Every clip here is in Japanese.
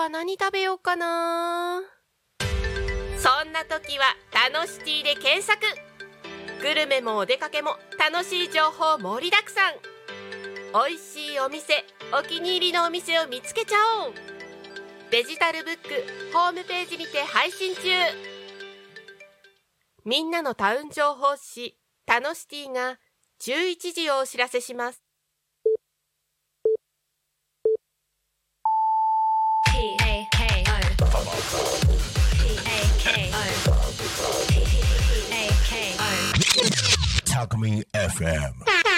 は何食べようかな。そんな時は楽しティで検索。グルメもお出かけも楽しい情報盛りだくさん。おいしいお店、お気に入りのお店を見つけちゃおう。デジタルブックホームページにて配信中。みんなのタウン情報誌タノシティが11時をお知らせします。 タコミ FM。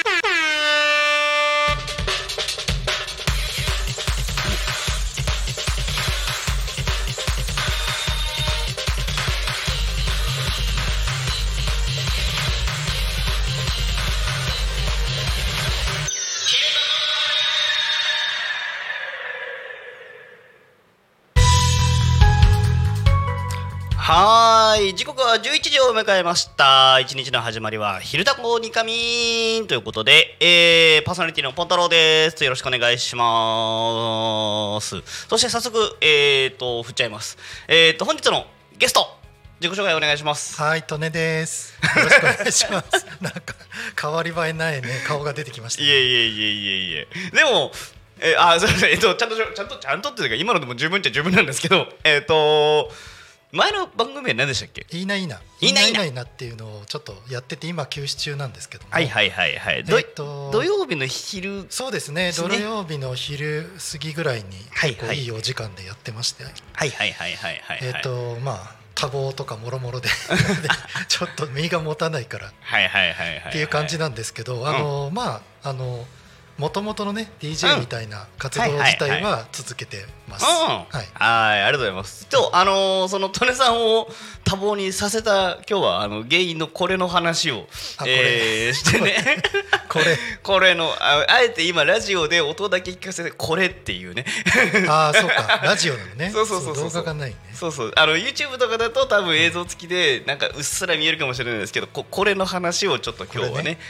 はーい、時刻は11時を迎えました。一日の始まりは昼タコニカミンということで、パーソナリティのポンタロウです。よろしくお願いします。そして早速振っちゃいます。本日のゲスト自己紹介お願いします。 はい、トネです。よろしくお願いします。なんか変わり映えないね顔が出てきました、ね。 いえ。でもそうですね。ちゃんとっていうか今のでも十分っちゃ十分なんですけど、前の番組は何でしたっけ？ いいないいなっていうのをちょっとやってて今休止中なんですけども。 はい。土曜日の昼。 そうですね。土曜日の昼過ぎぐらいに結構いいお時間でやってまして。はい。まあ多忙とかもろもろでちょっと身が持たないからっていう感じなんですけど、もともとのね DJ みたいな活動自体は続けてます。 はい、ありがとうございます。そのトネさんを多忙にさせた今日は原因のこれの話をしてねこれのあえて今ラジオで音だけ聞かせてこれっていうねそうかラジオなのね。そう動画がないね。 そうYouTube とかだと多分映像付きでなんかうっすら見えるかもしれないですけどこれの話をちょっと今日はね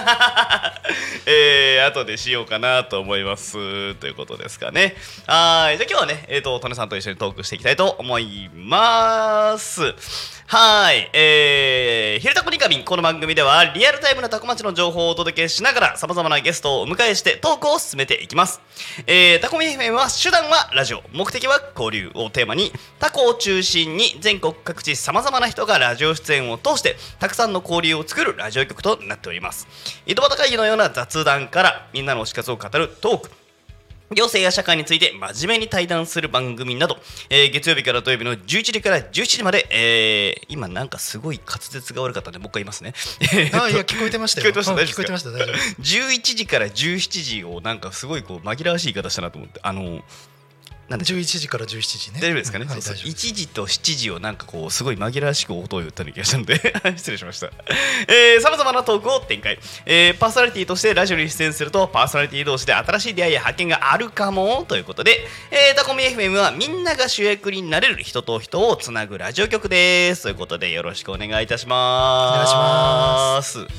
後でしようかなと思いますということですかね。じゃあ今日はねトネさんと一緒にトークしていきたいと思います。はい、昼タコニカミン。この番組ではリアルタイムなタコ町の情報をお届けしながら様々なゲストをお迎えしてトークを進めていきます。タコミ FM は手段はラジオ、目的は交流をテーマにタコを中心に全国各地様々な人がラジオ出演を通してたくさんの交流を作るラジオ局となっております。井戸端会議のような雑談からみんなの推し活を語るトーク、行政や社会について真面目に対談する番組など、月曜日から土曜日の11時から17時まで、今なんかすごい滑舌が悪かったんでもう一回言いますね。 いや聞こえてましたよ。聞こえてました大丈夫。 11時から17時をなんかすごいこう紛らわしい言い方したなと思って、 11時から17時ね。 大丈夫ですかね。 はい、 1時と7時をなんかこうすごい紛らわしく音を言ったような気がしたので失礼しました。さまざまなトークを展開、パーソナリティとしてラジオに出演するとパーソナリティ同士で新しい出会いや発見があるかもということで、タコミ FM はみんなが主役になれる人と人をつなぐラジオ局ですということでよろしくお願いいたします。お願いします。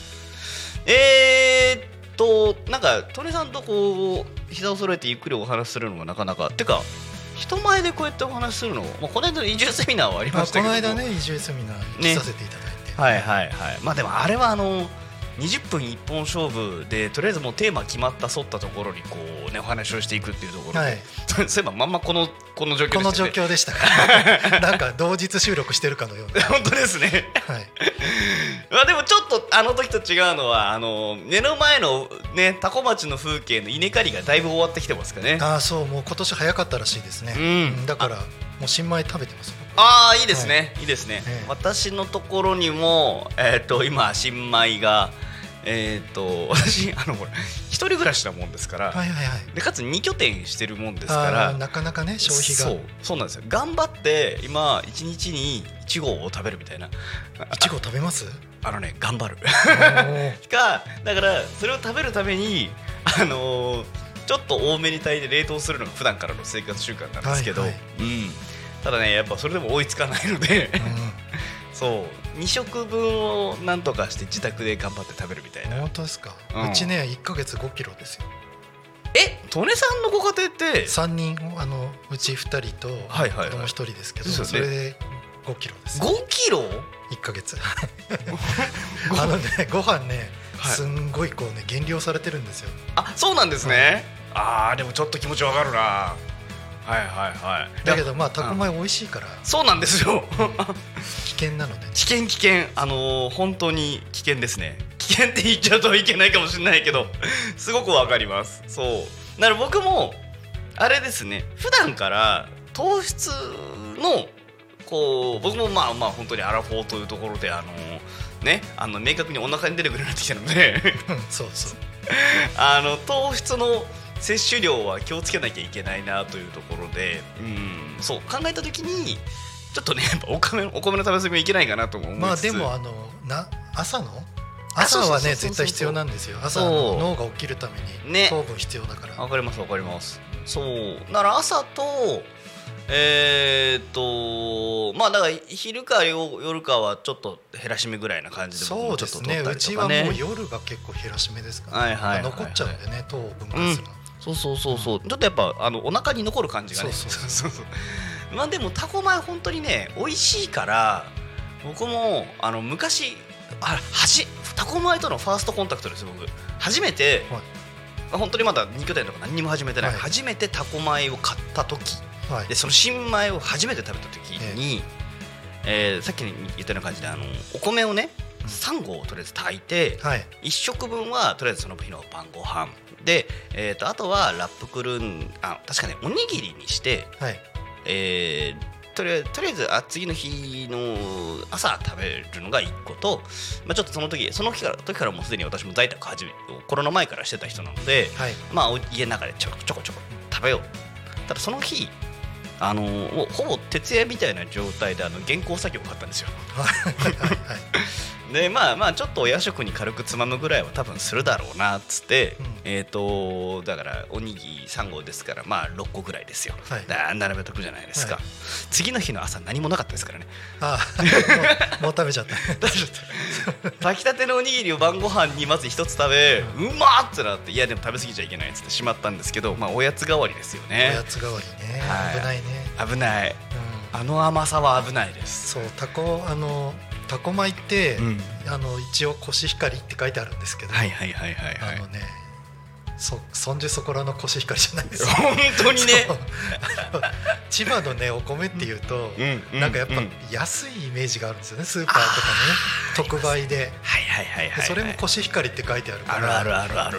なんかトネさんとこう膝を揃えてゆっくりお話しするのがなかなかてか人前でこうやってお話しするの、この間移住セミナーはありましたけど、 この間ね移住セミナー来させていただいて、 まあでもあれは20分一本勝負でとりあえずもうテーマ決まった沿ったところにこうねお話をしていくっていうところで、そういえばまんまこの状況でしたね。 この状況でしたからなんか同日収録してるかのような本当ですね。まあでもちょっとあの時と違うのは目の前のねタコ町の風景の稲刈りがだいぶ終わってきてますかね。 そうもう今年早かったらしいですね。だからもう新米食べてます。 いいですね、いいですね。私のところにも今新米が私これ一人暮らしなもんですから、でかつ2拠点してるもんですからなかなかね消費がそうなんですよ。頑張って今1日に1合を食べるみたいな。 1合食べます？ 頑張るだからそれを食べるためにちょっと多めに炊いて冷凍するのが普段からの生活習慣なんですけど、ただねやっぱそれでも追いつかないのでそう2食分をなんとかして自宅で頑張って食べるみたいな。 本当ですか？うちね1ヶ月5キロですよ。 利根さんのご家庭って 3人うち2人と子供1人ですけど、それで5キロです。 5キロ 1ヶ月ご飯ね、すんごいこうね減量されてるんですよ。 そうなんですね。でもちょっと気持ちわかるな。 だけどまあタコ米美味しいから。 そうなんですよ危険なので、 危険本当に危険ですね。危険って言っちゃうといけないかもしれないけどすごくわかります。そうだから僕もあれですね、普段から糖質の僕もまあ本当にアラフォーというところで明確にお腹に出てくるようになってきたのでそう糖質の摂取量は気をつけなきゃいけないなというところで、そう考えた時にちょっとねやっぱお米の食べ過ぎもいけないかなと思いつつ、 でも朝はね絶対必要なんですよ。朝脳が起きるために糖分必要だから。 わかります。そうなら朝とだから昼か夜かはちょっと減らし目ぐらいな感じで僕もちょっと取ったりとかね。 うちはもう夜が結構減らし目ですからね。残っちゃうんでね、糖を分解するの。 そうちょっとやっぱお腹に残る感じがね。そうでもタコ米本当にね美味しいから、僕も昔タコ米とのファーストコンタクトです。僕初めて、本当にまだ2拠点とか何にも始めてない、初めてタコ米を買った時、でその新米を初めて食べた時に、さっき言ったような感じでお米をね3合とりあえず炊いて、1食分はとりあえずその日の晩ご飯で、あとはラップクルン確かねおにぎりにして、とりあえず次の日の朝食べるのが1個と、ちょっとその時からもうすでに私も在宅コロナ前からしてた人なので、家の中でちょこちょこ食べよう。ただその日もうほぼ徹夜みたいな状態で原稿作業を買ったんですよでちょっとお夜食に軽くつまむぐらいは多分するだろうなっつって、だからおにぎり3合ですから6個ぐらいですよ、並べとくじゃないですか、次の日の朝何もなかったですからね。 もう食べちゃった炊きたてのおにぎりを晩ご飯にまず一つ食べ、うまーってなって、いやでも食べ過ぎちゃいけないっつってしまったんですけど、おやつ代わりですよね。 おやつ代わりね、危ないね。 危ない、甘さは危ないです。 そうタコ米って、一応コシヒカリって書いてあるんですけど、そんじゅそこらのコシヒカリじゃないですよ本当にね千葉のねお米っていうと、なんかやっぱ安いイメージがあるんですよね、スーパーとかね特売で。それもコシヒカリって書いてあるから、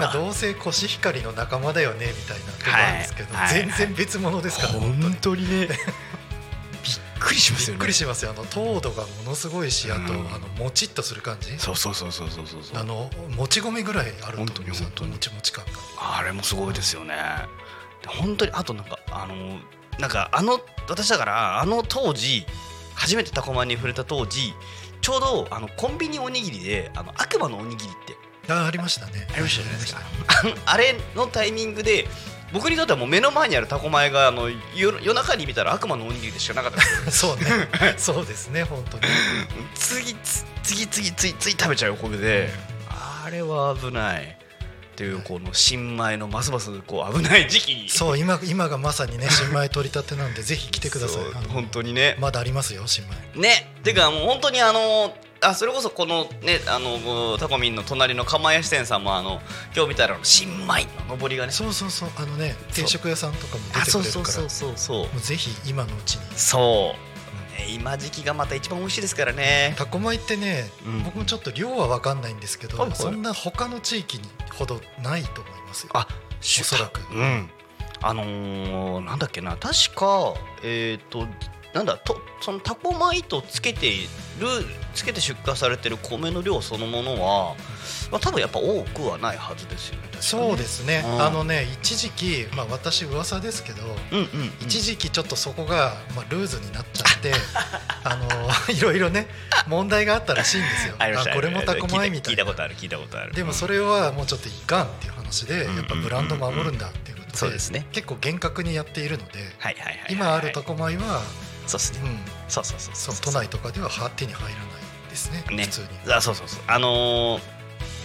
どうせコシヒカリの仲間だよねみたいなとこなんですけど、全然別物ですから。 本当にねびっくりしますよね。 びっくりしますよ。糖度がものすごいし、あともちっとする感じ。 そうもち米ぐらいあると思うんですよ、もちもち感が。 あれもすごいですよね。本当にあと私だから当時初めてタコ米に触れた当時、ちょうどコンビニおにぎりで悪魔のおにぎりってありましたね。 ありましたじゃないですか。あれのタイミングで僕にとってはもう目の前にあるタコ米が夜中に見たら悪魔のおにぎりでしかなかったですそうねそうですね、本当に次食べちゃうお米で、あれは危ないっていう、この新米のますます危ない時期に。 そう今がまさにね新米取り立てなんでぜひ来てください。 本当にね、 まだありますよ新米ね。てかもう本当にそれこそこのねタコミンの隣の釜屋支店さんも今日見たら新米の上りがね、 そう定食屋さんとかも出てくれるから、もうぜひ今のうちに。 今時期がまた一番美味しいですからね。 タコ米ってね、僕もちょっと量は分かんないんですけど、そんな他の地域にほどないと思いますよ。おそらく。 なんだっけな、確かそのタコ米とつけて出荷されてる米の量そのものは、多分やっぱ多くはないはずですよね。 そうですね。一時期私噂ですけど、一時期ちょっとそこがルーズになっちゃっていろいろね問題があったらしいんですよ。これもタコ米みたいな。 聞いたことある。 でもそれはもうちょっといかんっていう話で、やっぱブランド守るんだっていうことで、結構厳格にやっているので、今あるタコ米はそうですね。 都内とかでは手に入らないですね。普通に。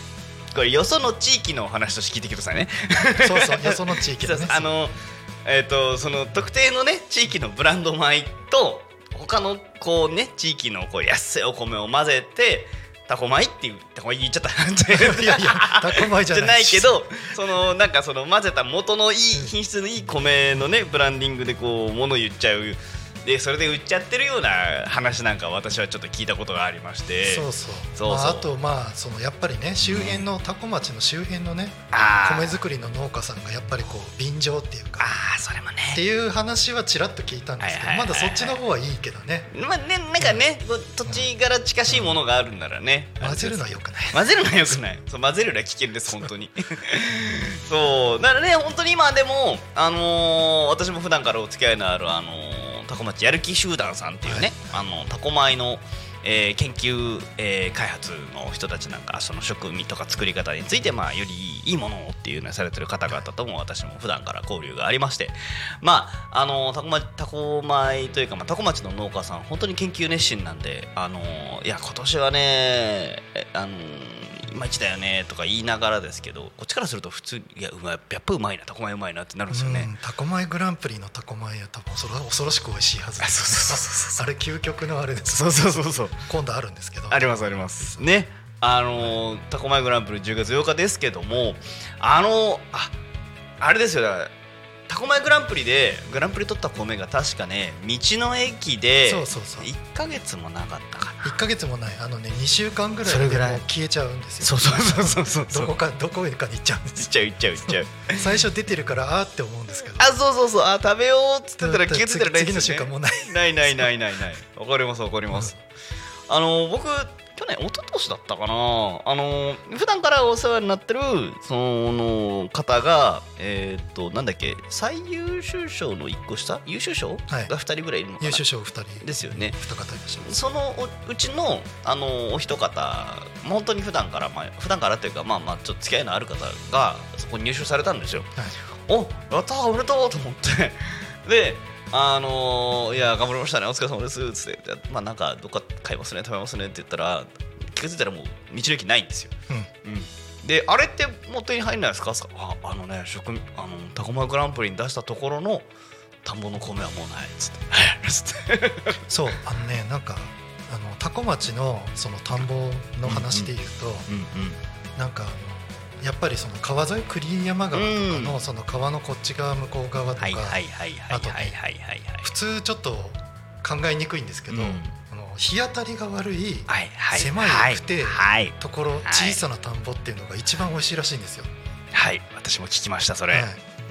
これよその地域の話として聞いてくださいね。 そうそう、よその地域のねその特定のね地域のブランド米と他のこうね地域のこう安いお米を混ぜてタコ米っていうタコ米言っちゃったいやいやタコ米じゃないけど、そのなんかその混ぜた元のいい品質のいい米のねブランディングでこう物言っちゃうで、それで売っちゃってるような話なんか私はちょっと聞いたことがありまして、 そうそう、あとそのやっぱりね周辺の多古町の周辺のね米作りの農家さんがやっぱりこう便乗っていうかそれもねっていう話はちらっと聞いたんですけど、まだそっちの方はいいけどね、 まあね、なんかね、土地柄近しいものがあるんならね、 混ぜるのはよくない、 混ぜるのはよくない、そう混ぜるのは危険です本当にそうだからね、本当に今でも私も普段からお付き合いのある多古町やる気集団さんっていうね、多古米の研究、開発の人たちなんかその食味とか作り方についてよりいいものをっていうのをされてる方々とも私も普段から交流がありまして、多古米というか、多古町の農家さん本当に研究熱心なんで、いや今年はねいまいちだよねとか言いながらですけど、こっちからすると普通いややっぱうまいな、タコ米うまいなってなるんですよね。 タコ米グランプリのタコ米は多分それは恐ろしく美味しいはずです。あれ究極のあれです。 そう今度あるんですけど。 ありますね。タコ米グランプリ10月8日ですけども、あれですよ、だからタコ米グランプリでグランプリ取った米が確かね道の駅で1ヶ月もなかったかな。 1ヶ月もない、2週間ぐらいでもう消えちゃうんですよ。 そうどこかに行っちゃうんですよ。 行っちゃう最初出てるからって思うんですけど、 そう食べようっつってたら気づいたら次の週間もないわかります、僕去年一昨年だったかな、普段からお世話になってるその方がなんだっけ、最優秀賞の1個下優秀賞が2人ぐらいいるのかな。優秀賞2人ですよね。 2方いらっしゃいます。 そのうちのお一方、本当に普段からというかちょっと付き合いのある方がそこに入賞されたんですよ。おやったーおめでとうと思ってでいや頑張りましたねお疲れ様ですっつってなんかどっか買いますね食べますねって言ったら気が付いたらもう道の駅ないんですよ。であれってもう手に入んないですか。タコ米グランプリに出したところの田んぼの米はもうないっつってそうなんか多古町のその田んぼの話でいうと、なんかやっぱりその川沿い栗山川とかのその川のこっち側向こう側とか、あとね普通ちょっと考えにくいんですけど、日当たりが悪い狭いくてところ小さな田んぼっていうのが一番美味しいらしいんですよ。 はい私も聞きましたそれ。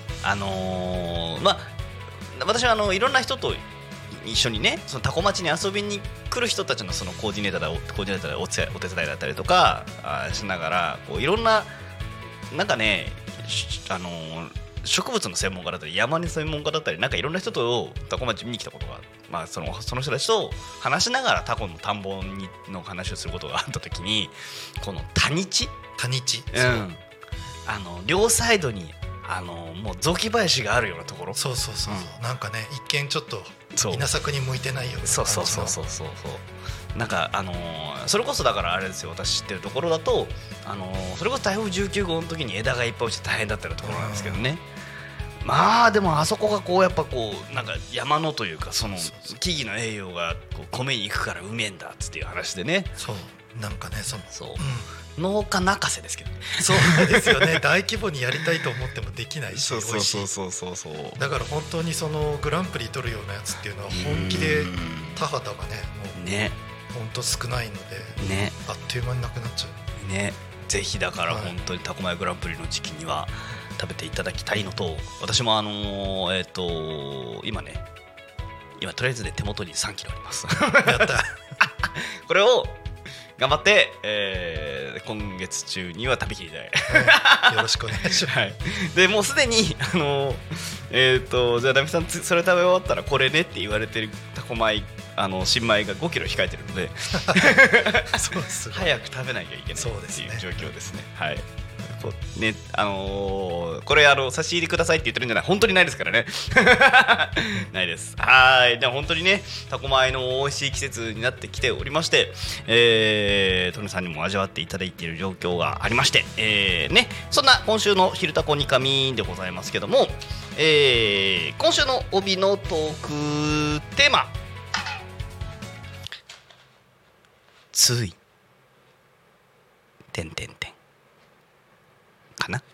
私はいろんな人と一緒にねその多古町に遊びに来る人たちのそのコーディネーターでお手伝いだったりとかしながらこういろんななんかね植物の専門家だったり山に専門家だったりなんかいろんな人と多古町見に来たことがその人たちと話しながらタコの田んぼの話をすることがあった時にこの谷地、両サイドにもう雑木林があるようなところ、 なんかね一見ちょっと稲作に向いてないような感じのなんかそれこそだからあれですよ、私知ってるところだとそれこそ台風19号の時に枝がいっぱい落ちて大変だったところなんですけどね。でもあそこがこうやっぱこうなんか山のというかその木々の栄養がこう米に行くからうめえんだっていう話でね。 なんかね農家泣かせですけどね。 そうですよね大規模にやりたいと思ってもできないし、だから本当にそのグランプリ取るようなやつっていうのは本気で田畑がねもう本当少ないので、あっという間になくなっちゃうね。ぜひだから本当にタコ米グランプリの時期には食べていただきたいのと、私も今とりあえずね手元に3キロありますやったこれを頑張って、今月中には食べきりたいよろしくお願いします、 でもうすでにじゃあダミさんそれ食べ終わったらこれねって言われてるタコ米新米が5キロ控えてるのでそうです早く食べなきゃいけないっていう状況ですね。 ね、これ差し入れくださいって言ってるんじゃない、本当にないですからねないです。はい、でも本当にね、タコ米の美味しい季節になってきておりまして、トネさんにも味わっていただいている状況がありまして、ね、そんな今週の昼タコニカミでございますけども、今週の帯のトークテーマ、ついてんてんてんかな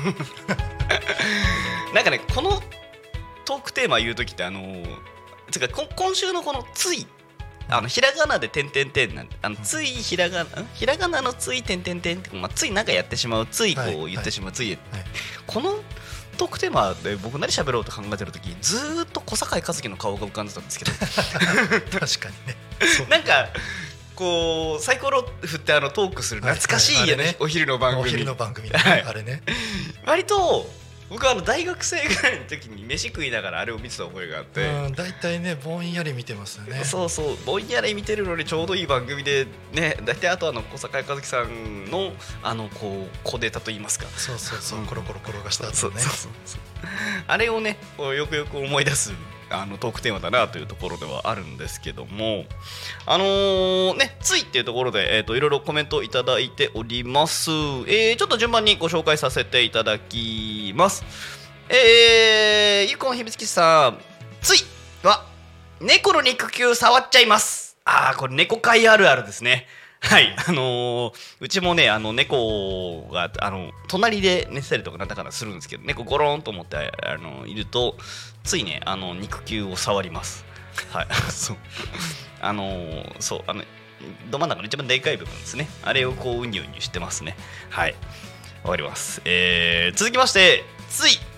なんかね、このトークテーマ言うときってつうか今週のこのついひらがなでてんてんてんなんついひらがなのついてんてんてんって、ついなんかやってしまう、ついこう言ってしまう、ついこのトークテーマで僕何喋ろうと考えてるとき、ずーっと小堺一樹の顔が浮かんでたんですけど確かにねなんかこうサイコロ振ってトークする懐かしいね、お昼の番組、 あれね割と僕は大学生ぐらいの時に飯食いながらあれを見てた覚えがあって、 だいたいねぼんやり見てますよね。 そうそうぼんやり見てるのにちょうどいい番組でね、だいたいあと小堺一樹さんのこう小ネタと言いますか、 そうコロコロ転がした後ね、 あれをねよくよく思い出すトークテーマだなというところではあるんですけども、ね、ついっていうところで、いろいろコメントいただいております。ちょっと順番にご紹介させていただきます。ゆこんひびつきさん、ついは猫の肉球触っちゃいます。これ猫界あるあるですね。はい、うちもね猫が隣で寝てたりとかなんだかんだするんですけど、猫ゴロンと思っているとついね肉球を触ります。はいそうど真ん中の一番でかい部分ですね、あれをこううにゅうにゅしてますね。はい、わかります。続きましてつい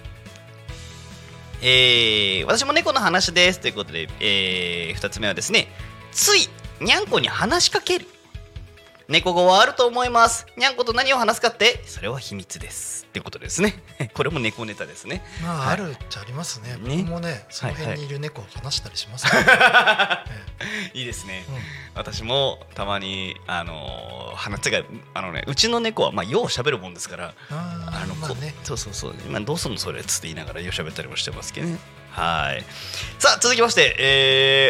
私も猫の話ですということで、2つ目はですね、ついにゃんこに話しかける。猫語はあると思います。にゃんこと何を話すかってそれは秘密ですっていうことですねこれも猫ネタですね。 あるっちゃありますね。僕もねその辺にいる猫を話したりしますねいいですね、私もたまに話つがうちの猫はよう喋るもんですから、そう今どうすんのそれっつって言いながらよう喋ったりもしてますけどね。はい、さあ続きまして、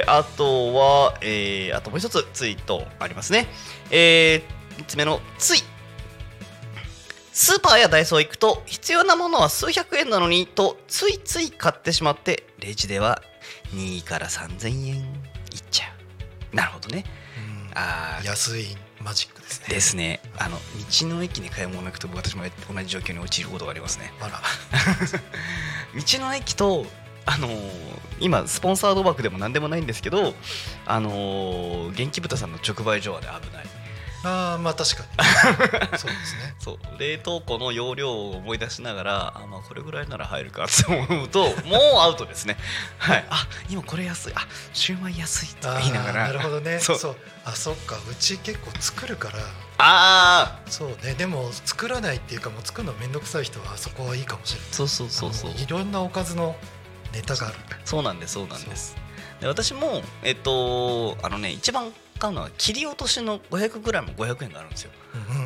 あとは、あともう一つツイートありますね。3つ目のつい、スーパーやダイソー行くと必要なものは数百円なのにとついつい買ってしまってレジでは2から3000円いっちゃう。なるほどね。 安いマジックですね。 ですね。道の駅に買い物行くと私も同じ状況に陥ることがありますね。 あら道の駅と今スポンサード枠でも何でもないんですけど元気豚さんの直売所はね危ない。 まあ確かにそうですね。 そう冷凍庫の容量を思い出しながらこれぐらいなら入るかって思うともうアウトですね。はい、今これ安い、シューマイ安いとか言いながら。 なるほどね。そっか、うち結構作るからそうね。でも作らないっていうかもう作るのめんどくさい人はそこはいいかもしれない。そういろんなおかずのネタがある。 そうなんです。で私も一番買うのは切り落としの 500g500 円があるんですよ。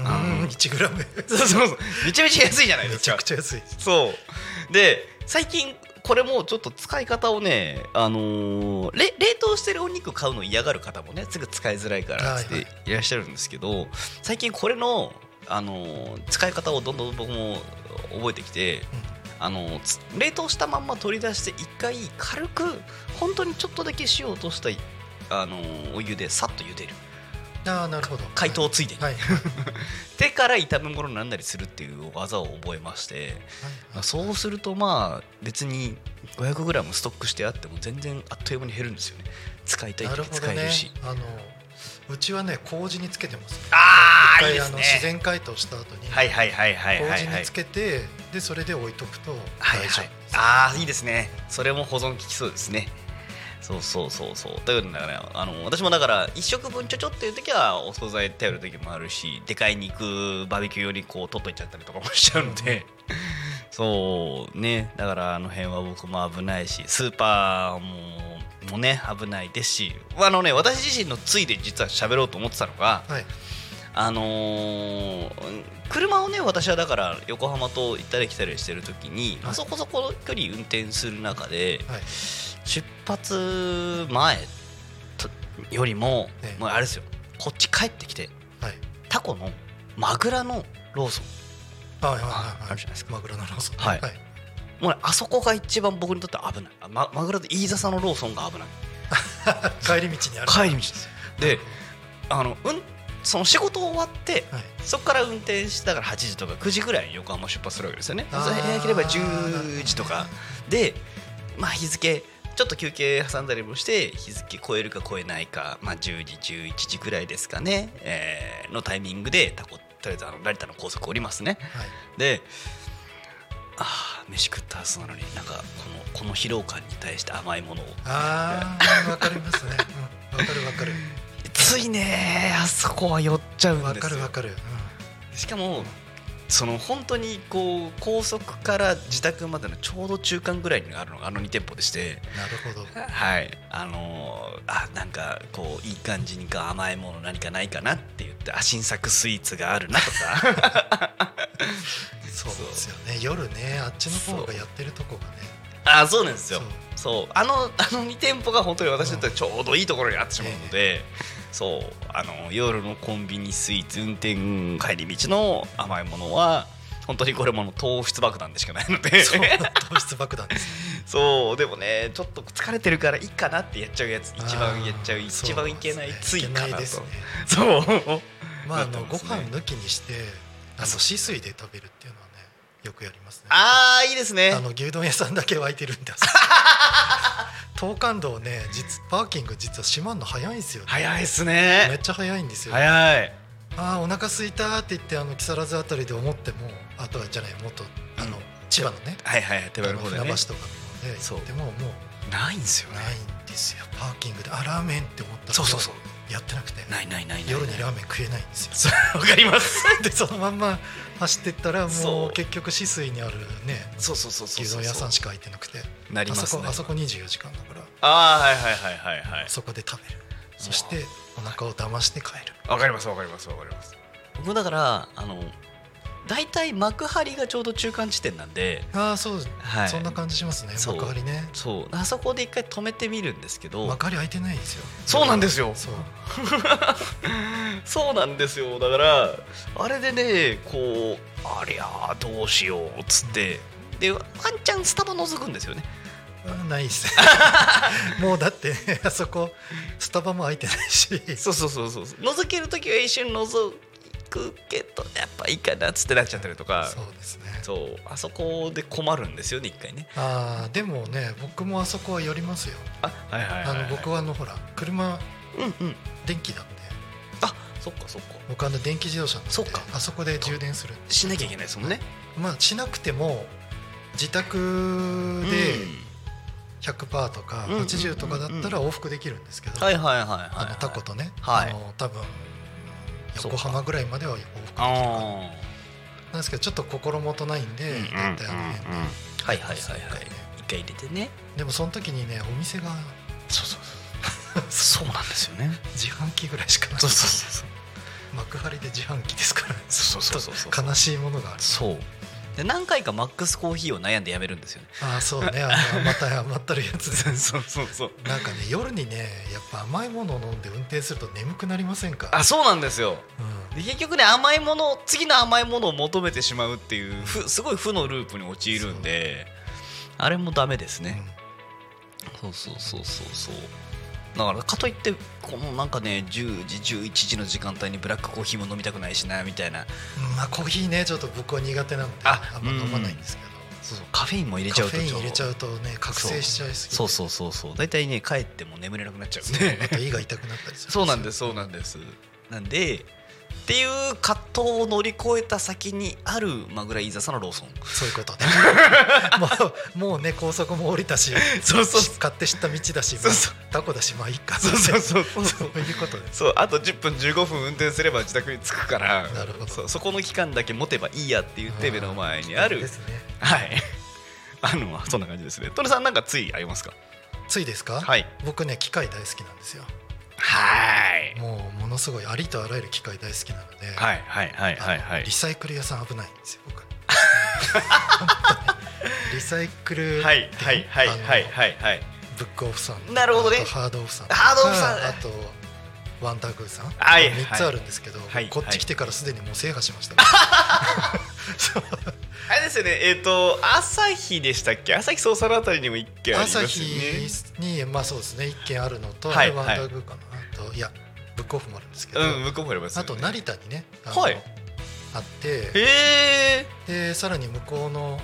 1g そうめちゃめちゃ安いじゃないですか。 めちゃくちゃ安い。 そうで最近これもちょっと使い方をね、冷凍してるお肉買うの嫌がる方もねすぐ使いづらいからっていらっしゃるんですけど、最近これの、使い方をどんどん僕も覚えてきて、冷凍したまんま取り出して一回軽く本当にちょっとだけ塩を落としたお湯でさっと茹でる。 なるほど。 解凍ついでに、手から炒め物にならんだりするっていう技を覚えまして、そうすると別に 500g ストックしてあっても全然あっという間に減るんですよね。使いたい時使えるし。 うちはね麹につけてます。 いいですね。 自然解凍した後に麹につけてでそれで置いとくと大丈夫。 いいですね。それも保存効きそうですね。そうというのだから私もだから1食分ちょっていう時はお惣菜頼る時もあるし、でかい肉バーベキュー用にこう取っといちゃったりとかもしちゃうので、そうね、だから辺は僕も危ないし、スーパーもね危ないですし、私自身のついで実は喋ろうと思ってたのが、 車をね私はだから横浜と行ったり来たりしてる時に、はい、そこそこ距離運転する中で、はい、出発前よりも、もうあれですよ、こっち帰ってきて、はい、タコのマグラのローソン、あるじゃないですか。 マグラのローソン、 はい、もうね、あそこが一番僕にとって危ない。マグラと飯笹のローソンが危ない帰り道にある。 帰り道ですで、その仕事終わって、はい、そこから運転してだから8時とか9時ぐらいに横浜出発するわけですよね。早ければ10時とかで、まあ、日付ちょっと休憩挟んだりもして日付超えるか超えないか、まあ、10時11時ぐらいですかね、のタイミングでとりあえず成田の高速降りますね、はい、で飯食ったはずなのになんかこの疲労感に対して甘いものをわかりますね、わかるついねあそこは寄っちゃうんですよ。 わかる、 しかもその本当にこう高速から自宅までのちょうど中間ぐらいにあるのが2店舗でして、 なるほど、 はい、なんかこういい感じに甘いもの何かないかなって言って新作スイーツがあるなとかそうですよね、夜ねあっちの方がやってるとこがね、 そうなんですよ。そう2店舗が本当に私だったらちょうどいいところにあってしまうので、そう夜のコンビニスイーツ運転帰り道の甘いものは本当にこれも糖質爆弾でしかないのでそう糖質爆弾です、ね、 そうでもねちょっと疲れてるからいいかなってやっちゃうやつ一番やっちゃう一番いけないついかなと、ね、そうまあご飯抜きにして止水で食べるっていうのはねよくやりますね。 いいですね。 牛丼屋さんだけ湧いてるんだ東関道ねパーキング実は閉まるの早いんですよね。 早いですね。 めっちゃ早いんですよ。 早い。 お腹空いたって言って木更津あたりで思ってもあとはじゃないもっと千葉のね手前の方でね船橋とかので行ってももうないんですよね。 ないんですよ。パーキングでラーメンって思ったらそうやってなくてない夜にラーメン食えないんですよ。 わかりますでそのまんま走ってったらもう結局止水にあるね牛丼屋さんしか開いてなくてなりますね。 あそこ24時間だからはいそこで食べる。そしてお腹を騙して帰る。 わかります。僕だから大体幕張がちょうど中間地点なんでそう、はい、そんな感じしますね。幕張ね。 そうあそこで一回止めてみるんですけど幕張開いてないんですよ。 そうなんですよ。そうなんですよ。だからあれでねこうありゃどうしようっつってでワンチャンスタバ覗くんですよね。 ないっすもうだって、ね、あそこスタバも開いてないしそう覗けるときは一瞬覗くけどやっぱいいかなっつってなっちゃったりとか。 そうですね。 そうあそこで困るんですよね一回ね。 でもね僕もあそこは寄りますよ。僕はほら車、電気なんで。 そっか僕電気自動車なんであそこで充電するしなきゃいけないですもんね。 しなくても自宅で100% とか80とかだったら往復できるんですけどタコとね多分横浜ぐらいまでは往復できるかななんですけどちょっと心もとないんで大体一回入れてね。 でもその時にねお店がそうなんですよね。 自販機ぐらいしかない。幕張で自販機ですから悲しいものがある。 そうで何回かマックスコーヒーを悩んでやめるんですよね。 そうね余ったるやつでそうなんかね夜にねやっぱ甘いものを飲んで運転すると眠くなりませんか。 そうなんですよ、で結局ね次の甘いものを求めてしまうっていうすごい負のループに陥るんであれもダメですね、そうだからかといってこのなんかね10時11時の時間帯にブラックコーヒーも飲みたくないしなみたいな。 コーヒーねちょっと僕は苦手なんであんま飲まないんですけど、 カフェインも入れちゃうとカフェイン入れちゃうとね覚醒しちゃいすぎてそう大体ね帰っても眠れなくなっちゃうんであと胃が痛くなったりする。 そうなんですなんでっていう葛藤を乗り越えた先にあるマグラ飯笹のローソン。そういうことねもうね高速も降りたし買って知った道だしタコだしいいかそういうことです。 あと10分15分運転すれば自宅に着くからなるほどそこの期間だけ持てばいいやって言って目の前にあるですね。 そんな感じですね。トネさんなんかついありますか。 ついですか。僕ね機械大好きなんですよ。 はい、 もうものすごいありとあらゆる機械大好きなので、 はいはいはいはいはい、 リサイクル屋さん危ないんですよ僕リサイクルってはいはいはいはいはいはい、 ブックオフさん、 なるほどね、 ハードオフさん、 ハードオフさん、 あとワンダーグーさん、 はい 3つあるんですけど、 はい、 こっち来てからすでにもう制覇しましたあれですよね、朝日でしたっけ、朝日捜査のあたりにも1軒ありますよね。 朝日にまあそうですね、1軒あるのと、 はい、 ワンダーグーかな、あといやブックオフもあるんですけど、 ブックオフありますよね、 あと成田にね、 はい、 あって、でさらに向こうの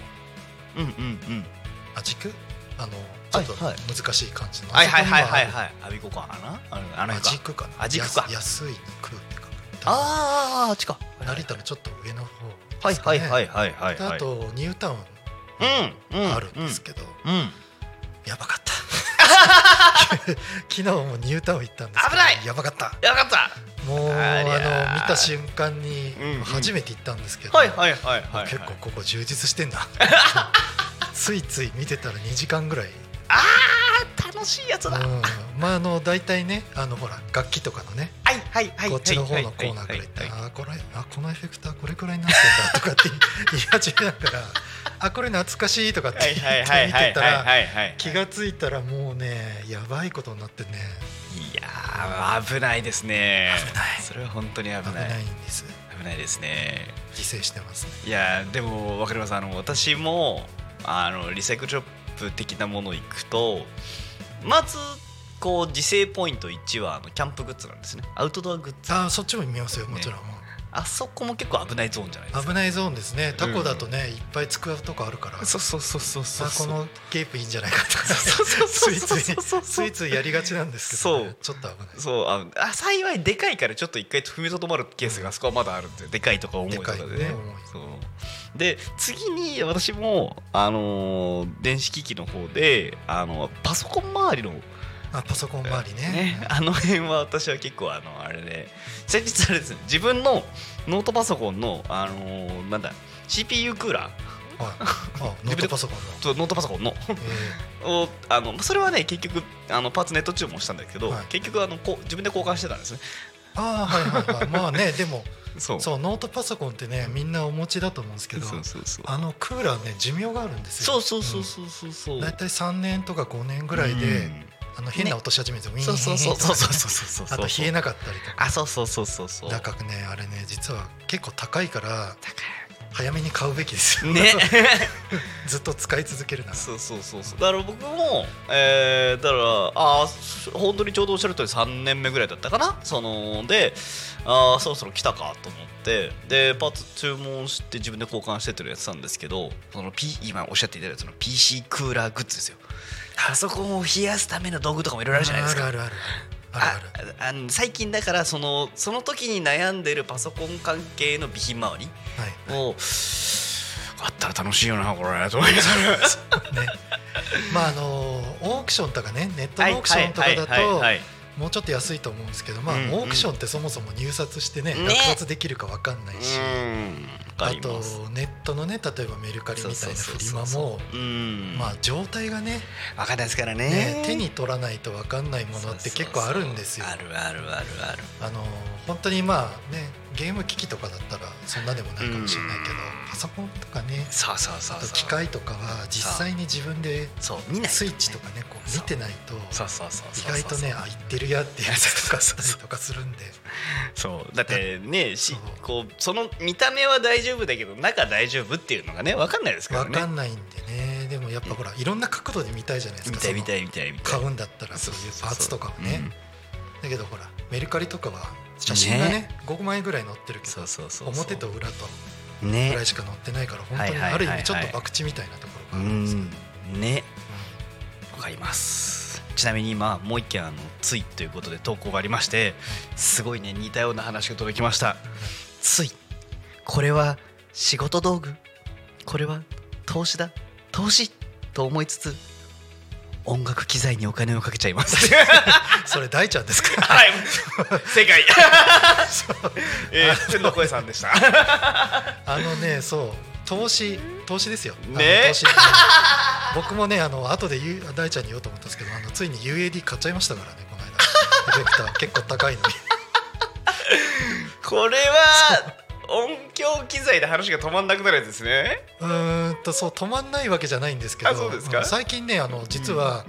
軸、ちょっと難しい感じの、 はいはいはいはいはい、アビコかな、 アジクかな、 アジクか、 安い肉って書く、 ああ、あっちか、 成田のちょっと上の方はいはいはいはいはい、 あとニュータウンあるんですけど、やばかった昨日もニュータウン行ったんですけど、 危ない、 やばかった、 やばかった、 もう見た瞬間に初めて行ったんですけど、 はいはいはいはい、 結構ここ充実してんだついつい見てたら2時間ぐらい、 楽しいやつだ、 まあ大体ね、ほら楽器とかのね、 はいはいはい、 こっちの方のコーナーから行ってこのエフェクターこれくらいになってんだとかって言い始めながらこれ懐かしいとかって言って見てたら、気がついたらもうねやばいことになってね、 いやー危ないですね、 危ない、 それは本当に危ないんです、 危ないですね、 自制してますね。 いやでも分かります、私もリサイクルショップ的なもの行くと、まずこう自制ポイント1はキャンプグッズなんですね、アウトドアグッズ、 そっちも見ますよ、もちろん、 あそこも結構危ないゾーンじゃないですか。 危ないゾーンですね。タコだとね、いっぱいつくとこあるから、 そうこのケープいいんじゃないかとかついついやりがちなんですけど、ね、ちょっと危ない。 そう幸いでかいからちょっと一回踏みとどまるケースがあそこはまだあるんで、でかいとか重いとかでね。そうで次に私も電子機器の方でパソコン周りのパソコン周り ね辺は私は結構あれで、先日あれですね、自分のノートパソコンのなんだ CPU クーラー、 ノートパソコンのノートパソコンのをそれはね結局パーツネット注文したんだけど、結局自分で交換してたんですね。 まあねでもそうノートパソコンってねみんなお持ちだと思うんですけど、クーラーね寿命があるんですよ。そうだいたい3年とか5年ぐらいで変な音し始めてもいいね。あと冷えなかったりとか。そうだからねあれね実は結構高いから早めに買うべきですよねずっと使い続けるなら。 そうだから僕もだから本当にちょうどおっしゃる通り3年目ぐらいだったかな、でそろそろ来たかと思って、でパーツ注文して自分で交換してってるやつなんですけど、今おっしゃっていただいたその PC クーラーグッズですよ。パソコンを冷やすための道具とかもいろいろあるじゃないですか。最近だからその時に悩んでるパソコン関係の備品周りを、あったら楽しいよなこれと思いますね。 オークションとかね、ネットのオークションとかだともうちょっと安いと思うんですけど、オークションってそもそも入札してね落札できるか分かんないし、あとネットのね例えばメルカリみたいなフリマも状態がね分かんないですからね、 手に取らないと分かんないものって結構あるんですよ。 ある本当にゲーム機器とかだったらそんなでもないかもしれないけど、パソコンとかね、あと機械とかは実際に自分でスイッチとかねこう見てないと意外とねいってるやってやつとかあったりとかするんで、 そうだってねこうその見た目は大丈夫だけど中大丈夫っていうのがね分かんないですからね。 分かんないんでね。でもやっぱほらいろんな角度で見たいじゃないですか。 見たい買うんだったらそういうパーツとかをね。だけどほらメルカリとかは写真がね5枚ぐらい載ってるけど表と裏とぐらいしか載ってないから、本当にある意味ちょっと博打みたいなところがあるんですけどね。 わかります。ちなみに今もう一件ついということで投稿がありまして、すごいね似たような話が届きました。ついこれは仕事道具、これは投資と思いつつ音楽機材にお金をかけちゃいますそれ大ちゃんですか？ はい正解天の声さんでしたそう投資ですよね。 僕もね後で大ちゃんに言おうと思ったんですけどついに UAD 買っちゃいましたからねこの間フェクター結構高いのにこれは音響機材で話が止まんなくなるやつですね。 そう止まんないわけじゃないんですけど、 そうですか。 最近ね実は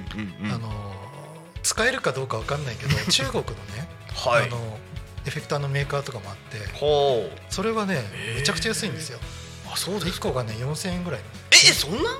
使えるかどうかわかんないけど中国のね、 はい、 エフェクターのメーカーとかもあって、それはねめちゃくちゃ安いんですよ。 あ、そうですか。 1個がね4000円ぐらい。 そんな？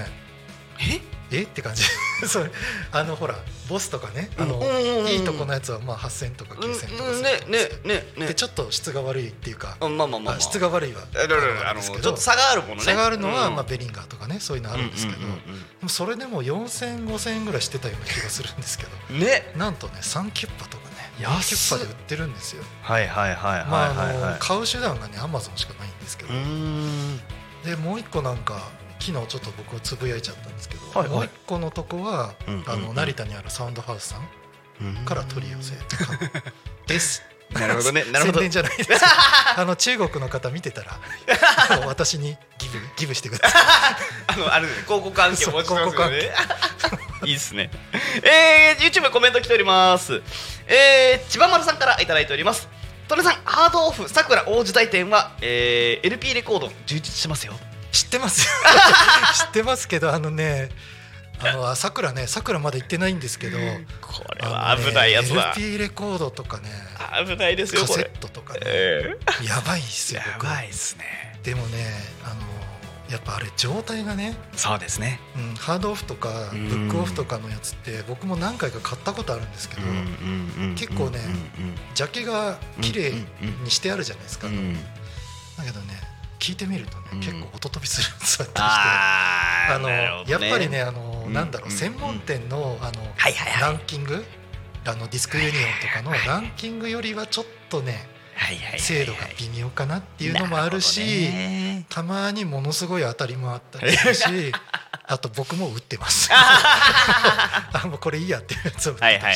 って感じそれほらボスとかねいいとこのやつはまあ8000とか9000とかねでちょっと質が悪いっていうか、質が悪いはちょっと差があるものね。 差があるのはまあベリンガーとかねそういうのあるんですけど、それでも4000、5000円ぐらいしてたような気がするんですけどね、なんとね3キュッパとかね4キュッパで売ってるんですよ。 はいはいはいはい。 買う手段がねアマゾンしかないんですけど、でもう一個なんか昨日ちょっと僕つぶやいちゃったんですけど、もう一個のとこは成田にあるサウンドハウスさんから取り寄せです。 なるほどね。 宣伝じゃないです。中国の方見てたら私にギブしてください。 ある広告関係持ちますよね。いいですね。YouTube コメント来ております。千葉丸さんからいただいております。トネさん、ハードオフさくら大時代店は、LP レコード充実してますよ。 知ってますよ知ってますけどさくらまだ行ってないんですけど、 これは危ないやつだ。 LP レコードとかね危ないですよ。 カセットとかね、やばいっすよ。 やばいっすね。 でもねやっぱあれ状態がね、 そうですね、 ハードオフとかブックオフとかのやつって僕も何回か買ったことあるんですけど、結構ねジャケが綺麗にしてあるじゃないですか。だけどね聞いてみるとね結構音飛びするんですよ。やっぱりねなんだろう、専門店のランキング、ディスクユニオンとかのランキングよりはちょっとね精度が微妙かなっていうのもあるし、たまにものすごい当たりもあったりするしあと僕も打ってますもうこれいいやっていうやつを打ってます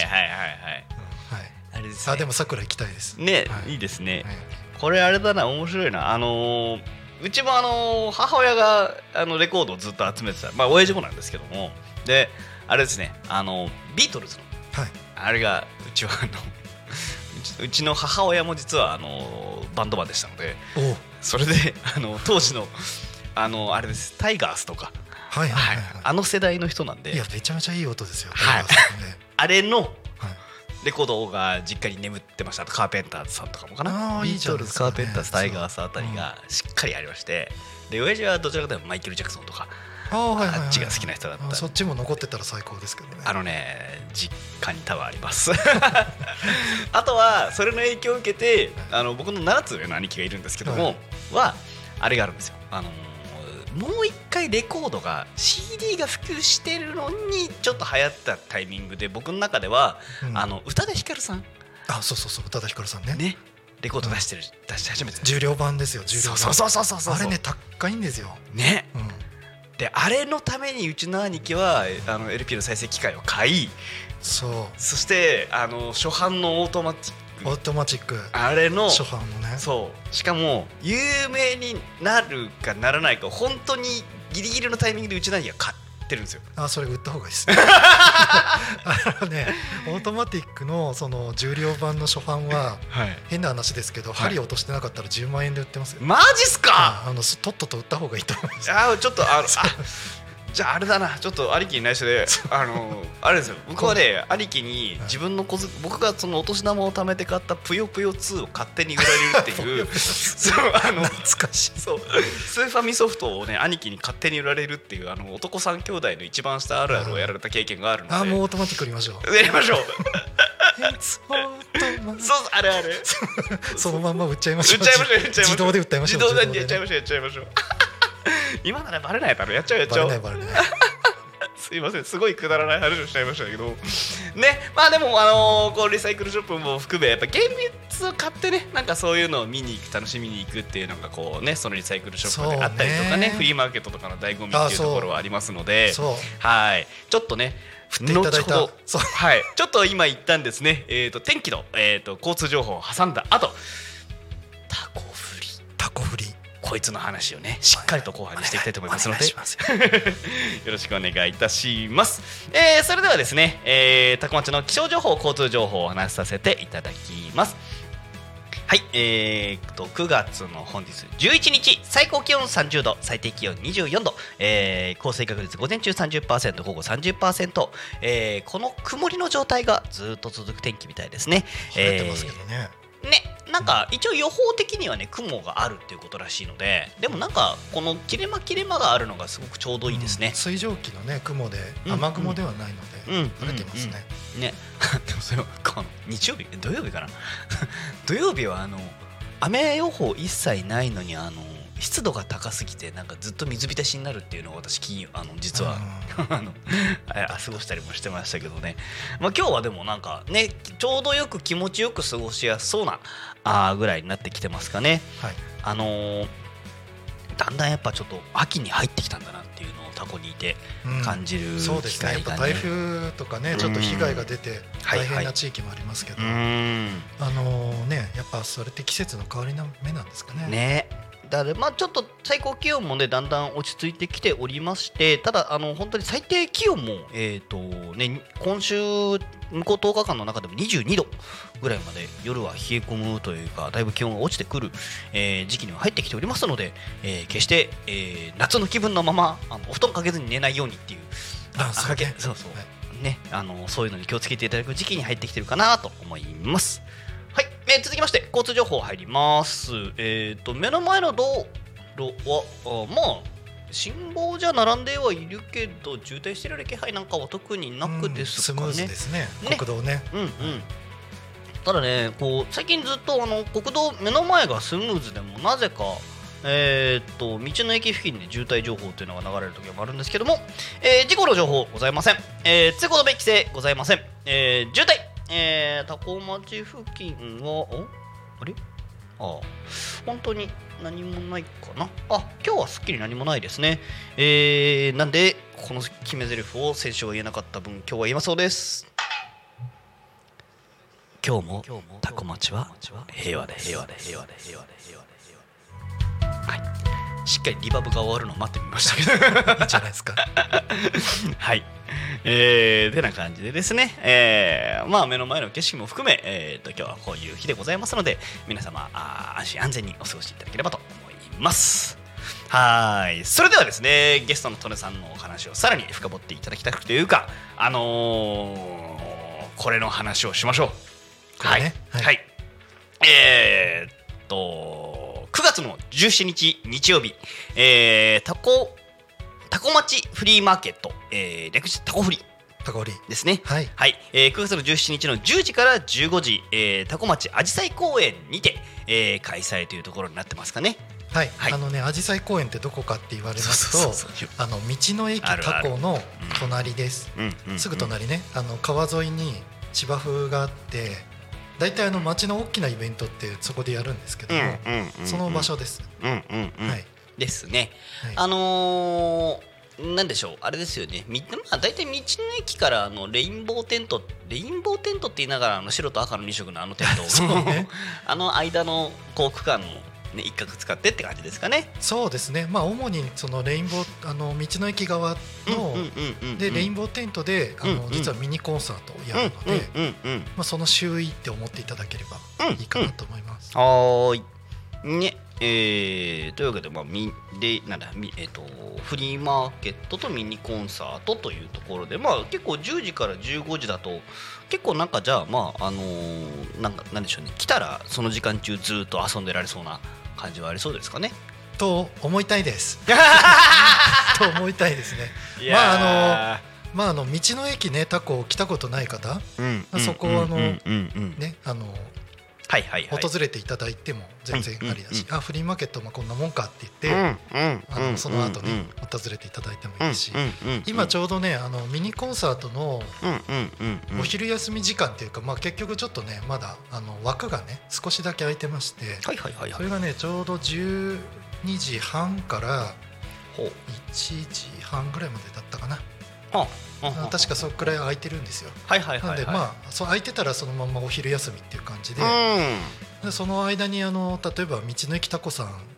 。でも桜行きたいですね。いいですね。これあれだな、面白いな。うちも母親がレコードをずっと集めてた、まあ親父もなんですけども、であれですね、ビートルズの、あれがうちの母親も実はバンドマンでしたので、それで当時のあれです、タイガースとか世代の人なんで、 いやめちゃめちゃいい音ですよ。 あれのレコードが実家に眠ってました。あとカーペンターズさんとかもかな。ビートルズ、カーペンターズ、タイガースあたりがしっかりありまして、で親父はどちらかというとマイケル・ジャクソンとかあっちが好きな人だった。 そっちも残ってたら最高ですけどね。 実家に多分ありますあとはそれの影響を受けて僕の7つ上の兄貴がいるんですけども、あれがあるんですよ。もう一回レコードが CD が普及してるのにちょっと流行ったタイミングで、僕の中では宇多田ヒカルさん、 そう宇多田ヒカルさんねレコード出し始めて重量版ですよ。重量版、 そうあれね高いんですよね。であれのためにうちの兄貴はLP の再生機械を買い、そして初版のオートマチックあれの初版のね、 しかも有名になるかならないか本当にギリギリのタイミングでうちの兄貴が買ってるんですよ。 それ売った方がいいですねオートマティックのその重量版の初版は変な話ですけど、針落としてなかったら10万円で売ってますよ。 マジっすか。 とっとと売った方がいいと思います。 ちょっとじゃああれだな、ちょっと兄貴に内緒であれですよ、僕はね兄貴に自分の僕がそのお年玉を貯めて買ったぷよぷよ2を勝手に売られるっていう懐かしいスーファミソフトをね兄貴に勝手に売られるっていう男3兄弟の一番下あるあるをやられた経験があるので、 もうオートマティックやりましょうそうあれそのまんま売っちゃいましょう。自動で売っちゃいましょう。 自動でやっちゃいましょう今ならバレないだろ。やっちゃうバレないすいません、すごいくだらない話をしちゃいましたけどね。でもこうリサイクルショップも含めやっぱ現物を買ってね、なんかそういうのを見に行く、楽しみに行くっていうのがこうね、そのリサイクルショップであったりとかね、フリーマーケットとかの醍醐味っていうところはありますので、ちょっとね振っていただいた、 ちょっと今言ったんですね、天気の交通情報を挟んだ後、タコ振りこいつの話をねしっかりと後半にしていきたいと思いますので、よろしくお願いいたします。それではですね、多古町の気象情報交通情報をお話しさせていただきます。はい、9月の本日11日、最高気温30度、最低気温24度、降水確率午前中 30%、午後 30%、この曇りの状態がずっと続く天気みたいですね。 晴れてますけどね。 なんか一応予報的にはね雲があるっていうことらしいので、でもなんかこの切れ間があるのがすごくちょうどいいですね。 水蒸気のね雲で雨雲ではないので晴れてますね。 ね、でもそれは日曜日土曜日かな土曜日は雨予報一切ないのに湿度が高すぎてなんかずっと水浸しになるっていうのを私実は過ごしたりもしてましたけどね。まあ今日はでもなんかねちょうどよく気持ちよく過ごしやすそうなぐらいになってきてますかね。 はい、 だんだんやっぱちょっと秋に入ってきたんだなっていうのをタコにいて感じる機会がね、 そうですね。やっぱ台風とかねちょっと被害が出て大変な地域もありますけど、ねやっぱそれって季節の変わり目なんですかね。 ね。だからまあちょっと最高気温もねだんだん落ち着いてきておりまして、ただ本当に最低気温も今週向こう10日間の中でも22度ぐらいまで夜は冷え込むというかだいぶ気温が落ちてくる、時期には入ってきておりますので、決して、夏の気分のままお布団かけずに寝ないようにっていうそういうのに気をつけていただく時期に入ってきてるかなと思います。はい、続きまして交通情報入ります。目の前の道路はまあ信号じゃ並んではいるけど渋滞してる気配なんかは特になくですかね。 スムーズですね、国道ね。 ただねこう最近ずっと国道目の前がスムーズでもなぜか道の駅付近で渋滞情報というのが流れる時もあるんですけども、事故の情報ございません。通行止め規制ございません。渋滞多古町付近はあれ本当に何もないかな。今日はすっきり何もないですね。なんでこの決め台詞を先週は言えなかった分今日は言いますそうです。今日も多古町は平和です。はい、しっかりリバーブが終わるのを待ってみましたけどいいんじゃないですかはいてな感じでですね、まあ目の前の景色も含め、今日はこういう日でございますので皆様安心安全にお過ごしいただければと思います。はい、それではですねゲストのトネさんのお話をさらに深掘っていただきたくというかこれの話をしましょう。はい、9月の17日日曜日、多古町フリーマーケット、略してタコフリですね。 はい、 9月の17日の10時から15時、多古町あじさい公園にて、開催というところになってますかね。 はい、あじさい公園ってどこかって言われますと道の駅タコの隣です。すぐ隣ね川沿いに芝生があって大体町の大きなイベントってそこでやるんですけどもその場所です。 ですね。なんでしょうあれですよね。大体道の駅からレインボーテントって言いながら白と赤の2色のテントを間の区間の一角使ってって感じですかね。 そうですね。主にそのレインボー道の駅側のでレインボーテントで実はミニコンサートをやるのでその周囲って思っていただければいいかなと思います。 はいね。というわけでフリーマーケットとミニコンサートというところで結構10時から15時だと結構なんかじゃあなんでしょうね来たらその時間中ずっと遊んでられそうな感じはありそうですかね。 と思いたいですと思いたいですね。道の駅ねタコ来たことない方そこは訪れていただいても全然ありだしフリーマーケットもこんなもんかって言ってその後ね訪れていただいてもいいし今ちょうどねミニコンサートのお昼休み時間っていうか結局ちょっとねまだ枠がね少しだけ空いてましてそれがねちょうど12時半から1時半ぐらいまでだったかな。確かそこくらい空いてるんですよ。なんでそう空いてたらそのままお昼休みっていう感じでその間に例えば道の駅タコさん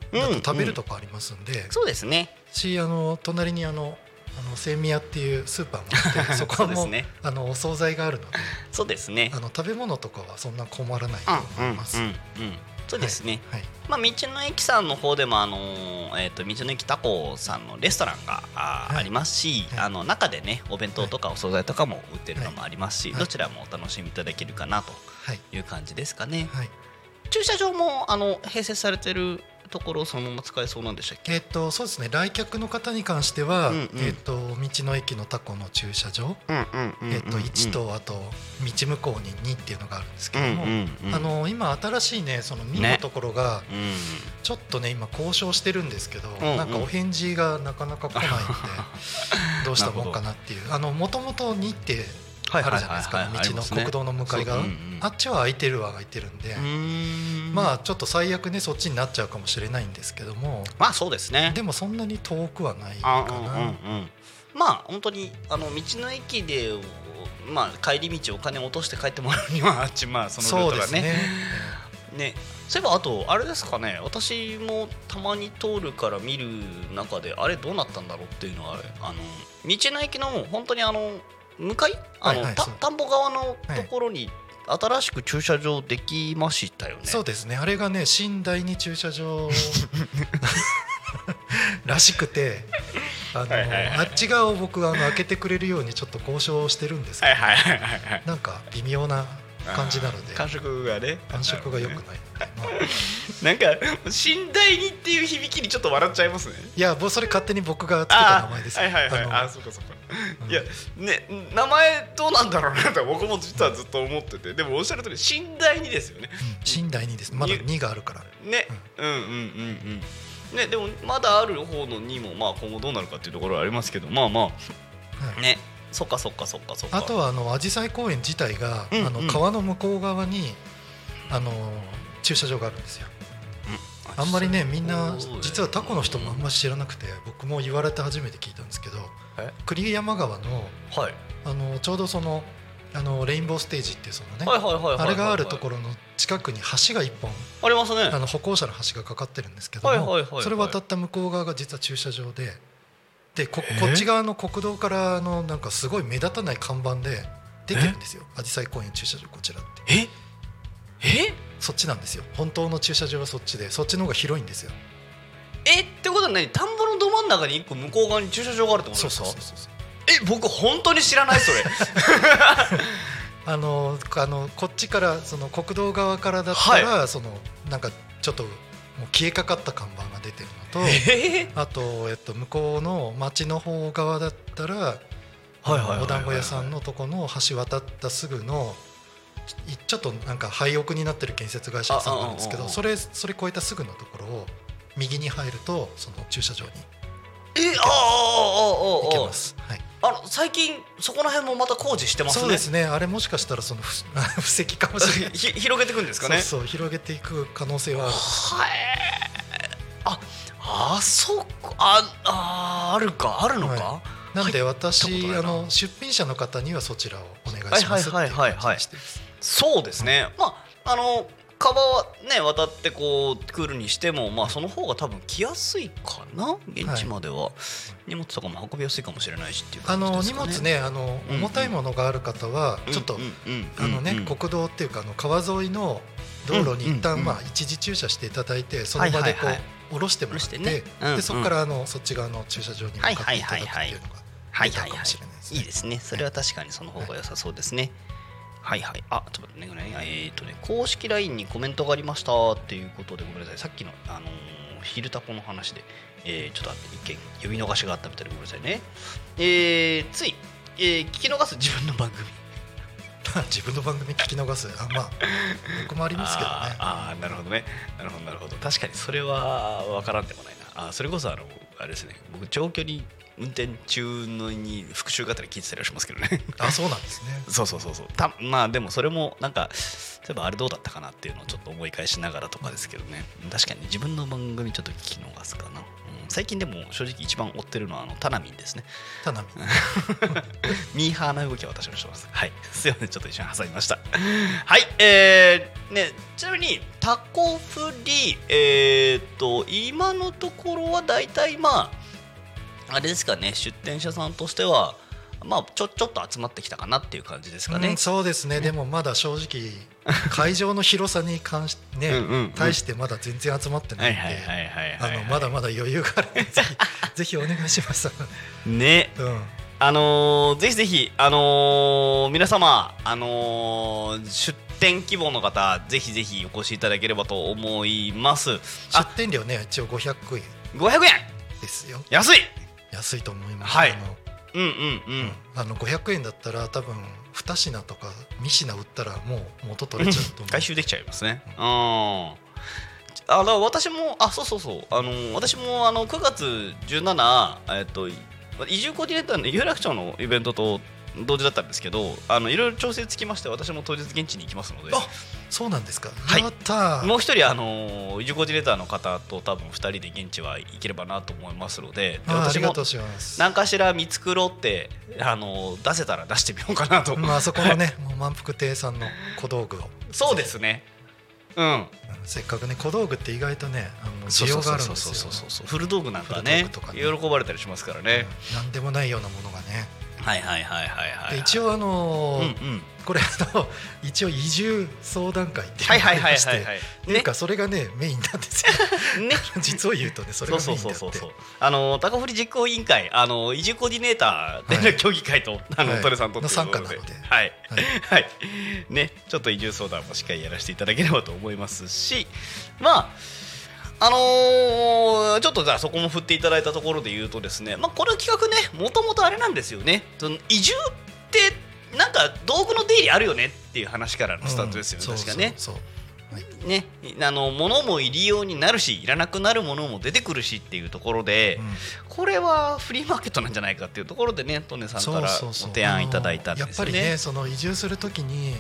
だと食べるとこありますんで、 そうですね。 隣に千宮っていうスーパーもあってそこもね、 お惣菜があるので、 そうですね、 食べ物とかはそんな困らないと思います。 そうですね、はいはい、道の駅さんの方でも道の駅タコさんのレストランがありますし、はい、中でねお弁当とかお惣菜とかも売ってるのもありますし、はい、どちらもお楽しみいただけるかなという感じですかね。はい、駐車場も併設されてるところそのまま使えそうなんでしたっけ？ そうですね、来客の方に関しては、道の駅のタコの駐車場、1とあと道向こうに2っていうのがあるんですけども、今新しいねその2のところがちょっとね今交渉してるんですけど、なんかお返事がなかなか来ないんでどうしたもんかなっていう、もともと2ってあるじゃないですか、道の国道の向かい側、あっちは空いてるんで、まあちょっと最悪ねそっちになっちゃうかもしれないんですけども、 まあそうですね、 でもそんなに遠くはないかな。 まあ本当に道の駅で帰り道お金を落として帰ってもらうにはまあそのルートがね。そういえばあとあれですかね、私もたまに通るから見る中であれどうなったんだろうっていうのは、道の駅の本当に向かい田んぼ側のところに新しく駐車場できましたよね。 そうですね、あれがね新第二駐車場らしくてあっち側を僕開けてくれるようにちょっと交渉してるんですけど、なんか微妙な感じなので感触がね、 感触が良くないなんか新第二っていう響きにちょっと笑っちゃいますね。 いやそれ勝手に僕がつけた名前です。 そうかいやね、名前どうなんだろうなと僕も実はずっと思ってて、でもおっしゃる通り新第二ですよね。 新第二です、まだ2があるからね。ね、でもまだある方の2も今後どうなるかっていうところはありますけど、ね、そっか。 あとは紫陽花公園自体が川の向こう側に駐車場があるんですよ。あんまりねみんな実はタコの人もあんまり知らなくて、僕も言われて初めて聞いたんですけど、栗山川のちょうどそのレインボーステージっていうそのねあれがあるところの近くに橋が1本ありますね。 歩行者の橋がかかってるんですけども、それ渡った向こう側が実は駐車場でこっち側の国道からなんかすごい目立たない看板で出てるんですよ。紫陽花公園駐車場こちらって。そっちなんですよ。本当の駐車場はそっちで、そっちの方が広いんですよ。 ってことは何、田んぼのど真ん中に1個向こう側に駐車場があるってことですか？そう僕本当に知らないそれこっちからその国道側からだったら、なんかちょっともう消えかかった看板が出てるのと、あと向こうの町の方側だったらお団子屋さんのとこの橋渡ったすぐのちょっとなんか廃屋になってる建設会社さんなんですけど、それ越えたすぐのところを右に入るとその駐車場に行けます。 最近そこら辺もまた工事してますね。 そうですね、あれもしかしたらその布石かもしれない広げていくんですかね。 そう広げていく可能性はある。そうか、あるのか。 なんで私出品者の方にはそちらをお願いしますっていう感じにしてます。 そうですね、川はね渡ってこう来るにしても、その方が多分来やすいかな。現地までは荷物とかも運びやすいかもしれないしっていう感じですかね。 荷物ね重たいものがある方はちょっと国道っていうか川沿いの道路に一旦一時駐車していただいて、その場でこう下ろしてもらって、でそこからそっち側の駐車場に向かっていただくっていうのがいいかもしれないですね。 いいですね、それは確かにその方が良さそうですね。ちょっと待ってね、公式 LINE にコメントがありましたっていうことで、ごめんなさい、さっきのヒルタコの話で、ちょっと一見呼び逃しがあったみたいでごめんなさいね。つい、聞き逃す自分の番組自分の番組聞き逃す僕もありますけどね。 なるほどね、なるほど確かにそれは分からんでもないな。それこそあれですね、僕長距離運転中のに復習があったり聞いてたりはしますけどねあ、そうなんですね。 そうまあでもそれもなんか例えばあれどうだったかなっていうのをちょっと思い返しながらとかですけどね。確かに自分の番組ちょっと聞き逃すかな、最近でも正直一番追ってるのはタナミンですね。 タナミミーハーな動きは私もしてます。はい、すいません、ちょっと一緒に挟みました。はい、ね、ちなみにタコフリ今のところはだいたいまああれですかね、出店者さんとしてはまあちょっと集まってきたかなっていう感じですかね。 そうですね。でもまだ正直会場の広さに関してね対してまだ全然集まってないんで、まだまだ余裕があるのでぜひお願いしますね。ぜひぜひ皆様出店希望の方ぜひぜひお越しいただければと思います。 出店料ね一応500円ですよ。安いと思います。 はい。 500円だったら多分2品とか2品売ったらもう元取れちゃうと思う回収できちゃいますね。私も私も9月17移住コーディネーターの有楽町のイベントと同時だったんですけど、いろいろ調整つきまして私も当日現地に行きますので。 あ、そうなんですか。 はい、 やったもう一人移住コーディネーターの方と多分2人で現地は行ければなと思いますので、 私も何かしら見繕って出せたら出してみようかなと。 あそこのねもう満腹亭さんの小道具をそうですね、 せっかくね小道具って意外とね需要があるんですよ。 古道具なんかね喜ばれたりしますからね、 なんでもないようなものがね。一応これ一応移住相談会っていうのがありまして、なんかそれがねメインなんですよ実を言うとねそれがメインであってタコフリ実行委員会移住コーディネーターで協議会とトレさんとの参加なのでね、ちょっと移住相談もしっかりやらせていただければと思いますし、まあちょっとじゃあそこも振っていただいたところで言うとですね、この企画ねもともとあれなんですよね。移住ってなんか道具の出入りあるよねっていう話からのスタートですよね、確かね。ね、物も入りようになるしいらなくなるものも出てくるしっていうところで、これはフリーマーケットなんじゃないかっていうところでねトネさんからご提案いただいたんですね。 やっぱりねその移住するときに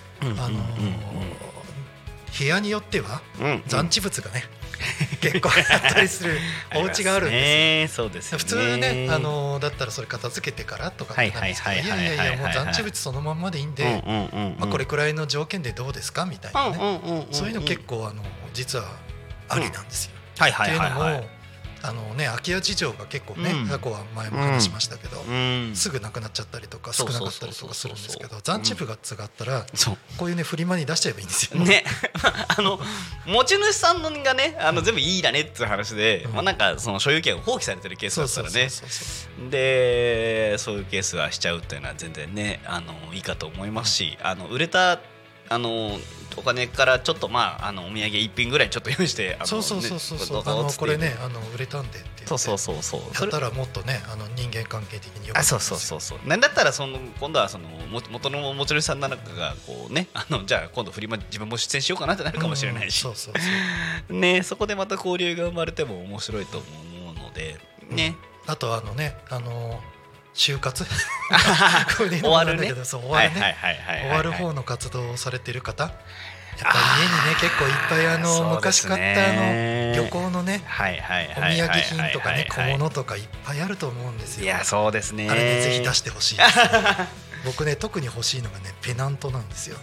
部屋によっては残地物がね結構あったりするお家があるんですよ。普通ねだったらそれ片付けてからとかなんですけど、いやもう残地物そのまんまでいいんでこれくらいの条件でどうですかみたいなね、そういうの結構実はありなんですよ。っていうのも空き家事情が結構ね過去は前も話しましたけどすぐなくなっちゃったりとか少なかったりとかするんですけど、残地物があったらこういうねフリマに出しちゃえばいいんですよね。 持ち主さんがね全部いいだねっていう話でなんかその所有権を放棄されてるケースだったらね、でそういうケースはしちゃうっていうのは全然ねいいかと思いますし、売れたお金からちょっとお土産一品ぐらいちょっと用意してこれね売れたんでって言ってやったらもっとね人間関係的によかったんですよ。 なんだったら今度は元の持ち主さんなんかがこうねじゃあ今度フリマ自分も出演しようかなってなるかもしれないしね、そこでまた交流が生まれても面白いと思うのでね。 あと就活終わるね終わる方の活動をされている方、やっぱり家にね結構いっぱい昔買った旅行のねお土産品とかね小物とかいっぱいあると思うんですよ。 いやそうですね。 あれねぜひ出してほしいです僕ね特に欲しいのがねペナントなんですよ。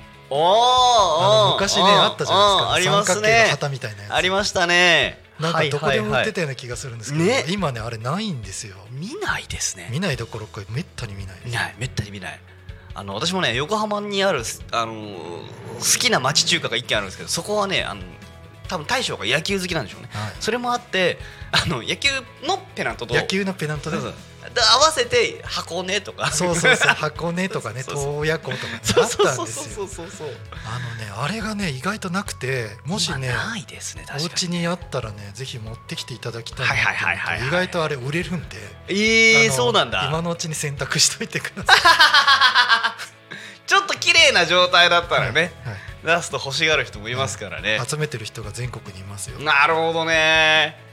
昔ねあったじゃないですか、三角形の旗みたいなやつありましたね。 なんかどこでも売ってたような気がするんですけど、今ねあれないんですよ。 見ないですね。 見ないどころかめったに見ない。 めったに見ない。私もね横浜にある好きな町中華が一軒あるんですけど、そこはね多分大将が野球好きなんでしょうね、それもあって野球のペナントと野球のペナントで合わせて箱根とか箱根とかね洞爺湖とかあったんですよ。あれがね意外となくて、もしねお家にあったらねぜひ持ってきていただきたいなと。意外とあれ売れるんで、 そうなんだ。 今のうちに選択しといてくださいちょっと綺麗な状態だったらね出すと欲しがる人もいますからね。 集めてる人が全国にいますよ。 なるほどね。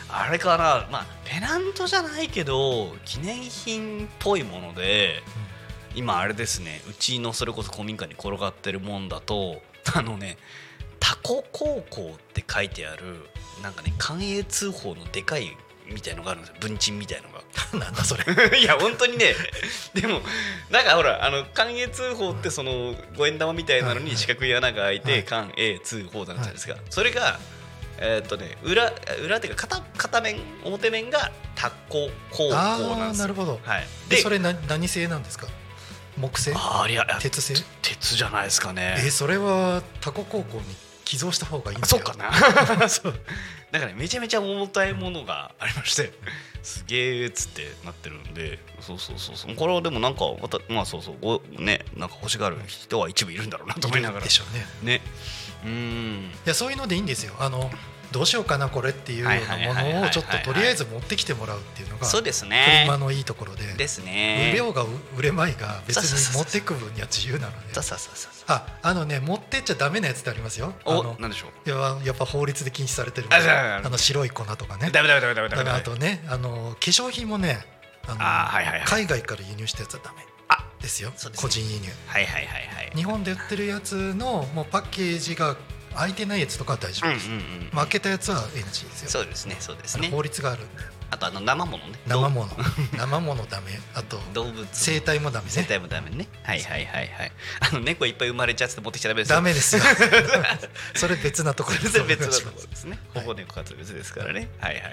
あれかな、まあペナントじゃないけど記念品っぽいもので、今あれですね、うちのそれこそ古民家に転がってるもんだとタコ高校って書いてあるなんかね、寛永通報のでかいみたいのがあるんですよ、文鎮みたいのがなんだそれいや本当にね、でもなんかほら寛永通報ってその5円玉みたいなのに四角い穴が開いて寛永通報なんじゃないですか、それが裏っていうか片面表面がタコ高校なんですよ。 なるほど、 はい、 でそれ何製なんですか？木製？ いや鉄製？ 鉄じゃないですかね。 それはタコ高校に寄贈した方がいいんですよ。 そうかなそうだから、ね、めちゃめちゃ重たいものがありましてすげえっつってなってるんで、そうこれはでもなんかまあそうね、なんか欲しがる人は一部いるんだろうなと思いながらでしょうね。いやそういうのでいいんですよ。どうしようかなこれっていうようなものをちょっととりあえず持ってきてもらうっていうのがそうですね、 車のいいところでですね。 売れようが売れまいが別に持っていく分には自由なので、持ってっちゃダメなやつってありますよ。 なんでしょう。 やっぱ法律で禁止されてる白い粉とかね。 ダメ。 あとね、化粧品もね、海外から輸入したやつはダメですよ。個人輸入。日本で売ってるやつのもうパッケージが開いてないやつとかは大丈夫です。開けたやつは NG ですよ。 そうですね。 法律があるんで。 あと生物ね。 生物ダメ。あと動物生体もダメね。 生体もダメね。猫いっぱい生まれちゃって持ってきちゃダメですよ。 ダメですよ。それ別なところです。 別なところですね。保護猫かつ別ですからね。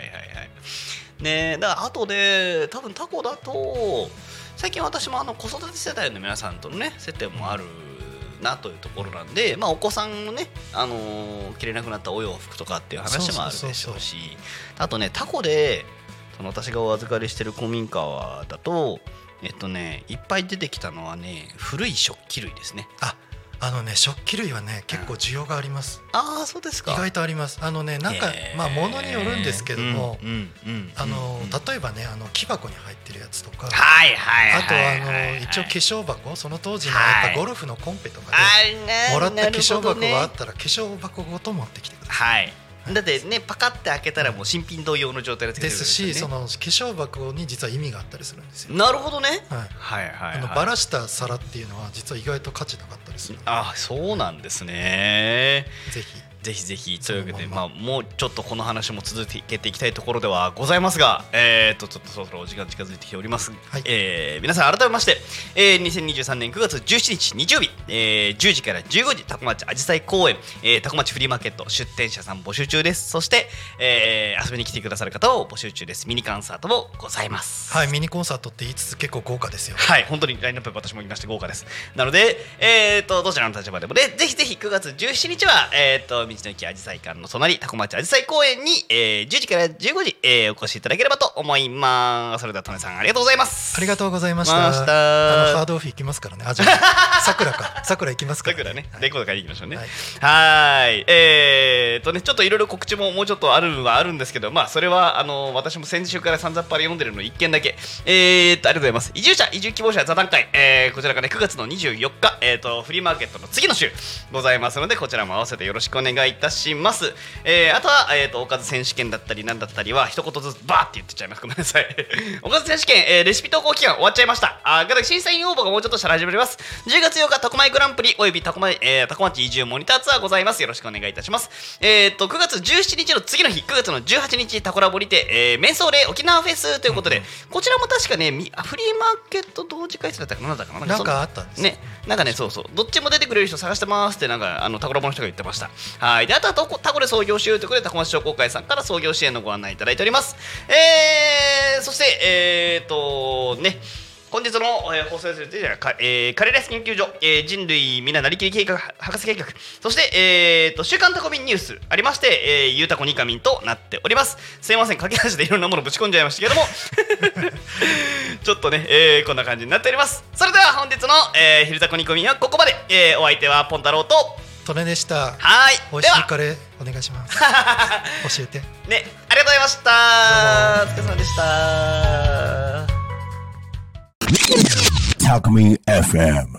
ね、だからあとで多分タコだと最近私も子育て世代の皆さんとのね接点もあるなというところなんで、まあ、お子さんのね、着れなくなったお洋服とかっていう話もあるでしょうし、あとねタコで私がお預かりしてる古民家だといっぱい出てきたのはね、古い食器類ですね。 食器類はね結構需要があります。 そうですか。 意外とあります。なんかまあ物によるんですけども、例えばね木箱に入ってるやつとか、あと一応化粧箱、その当時のやっぱゴルフのコンペとかでもらった化粧箱があったら化粧箱ごと持ってきてください。 だってね、パカって開けたらもう新品同様の状態ですし、その化粧箱に実は意味があったりするんですよ。 なるほどね。 ばらした皿っていうのは実は意外と価値なかったりする。 そうなんですね。 ぜひというわけで、もうちょっとこの話も続けていきたいところではございますが、ちょっとそろそろお時間近づいてきております。皆さん改めまして、2023年9月17日日曜日、10時から15時タコ町あじさい公園、タコ町フリーマーケット出店者さん募集中です。そして、遊びに来てくださる方を募集中です。ミニコンサートもございます。 ミニコンサートって言いつつ結構豪華ですよ。 本当にラインナップ私も言いまして豪華です。なので、どちらの立場でもね、ぜひ9月17日は道の駅あじさい館の隣タコ町あじさい公園に、10時から15時、お越しいただければと思います。それではトネさんありがとうございます。 ありがとうございました。ハードオフ行きますからね。桜行きますからね。 レコード買いに行きましょうね。ちょっといろいろ告知ももうちょっとあるんですけど、それは私も先週からさんざっぱら読んでるの1件だけ。ありがとうございます。移住希望者座談会、こちらがね9月の24日、フリーマーケットの次の週ございますので、こちらも合わせてよろしくお願いいたします。あとは、おかず選手権だったりなんだったりは一言ずつバーって言ってちゃいます。ごめんなさい。おかず選手権、レシピ投稿期間終わっちゃいました。審査員応募がもうちょっとしたら始まります。10月8日タコマイグランプリおよびタコ町移住モニターツアーございます。よろしくお願いいたします。9月17日の次の日、9月の18日タコラボにて、瞑想霊沖縄フェスということで、こちらも確かねフリーマーケット同時開催だったかなんかあったんですね。なんかね、そうどっちも出てくれる人探してますってなんかタコラボの人が言ってました。であとはタコで創業しようということでタコ町商工会さんから創業支援のご案内いただいております。そして本日の放送についてはカレラス研究所、人類みななりきり計画博士計画、そして週刊タコミンニュースありまして、ゆうたこにかみんとなっております。すいません、駆け足でいろんなものぶち込んじゃいましたけどもちょっとね、こんな感じになっております。それでは本日のひるたこにかみんはここまで。お相手はポン太郎とトネでした。 美味しいカレーお願いします教えてね。ありがとうございました。お疲れ様でした。 Talk Me FM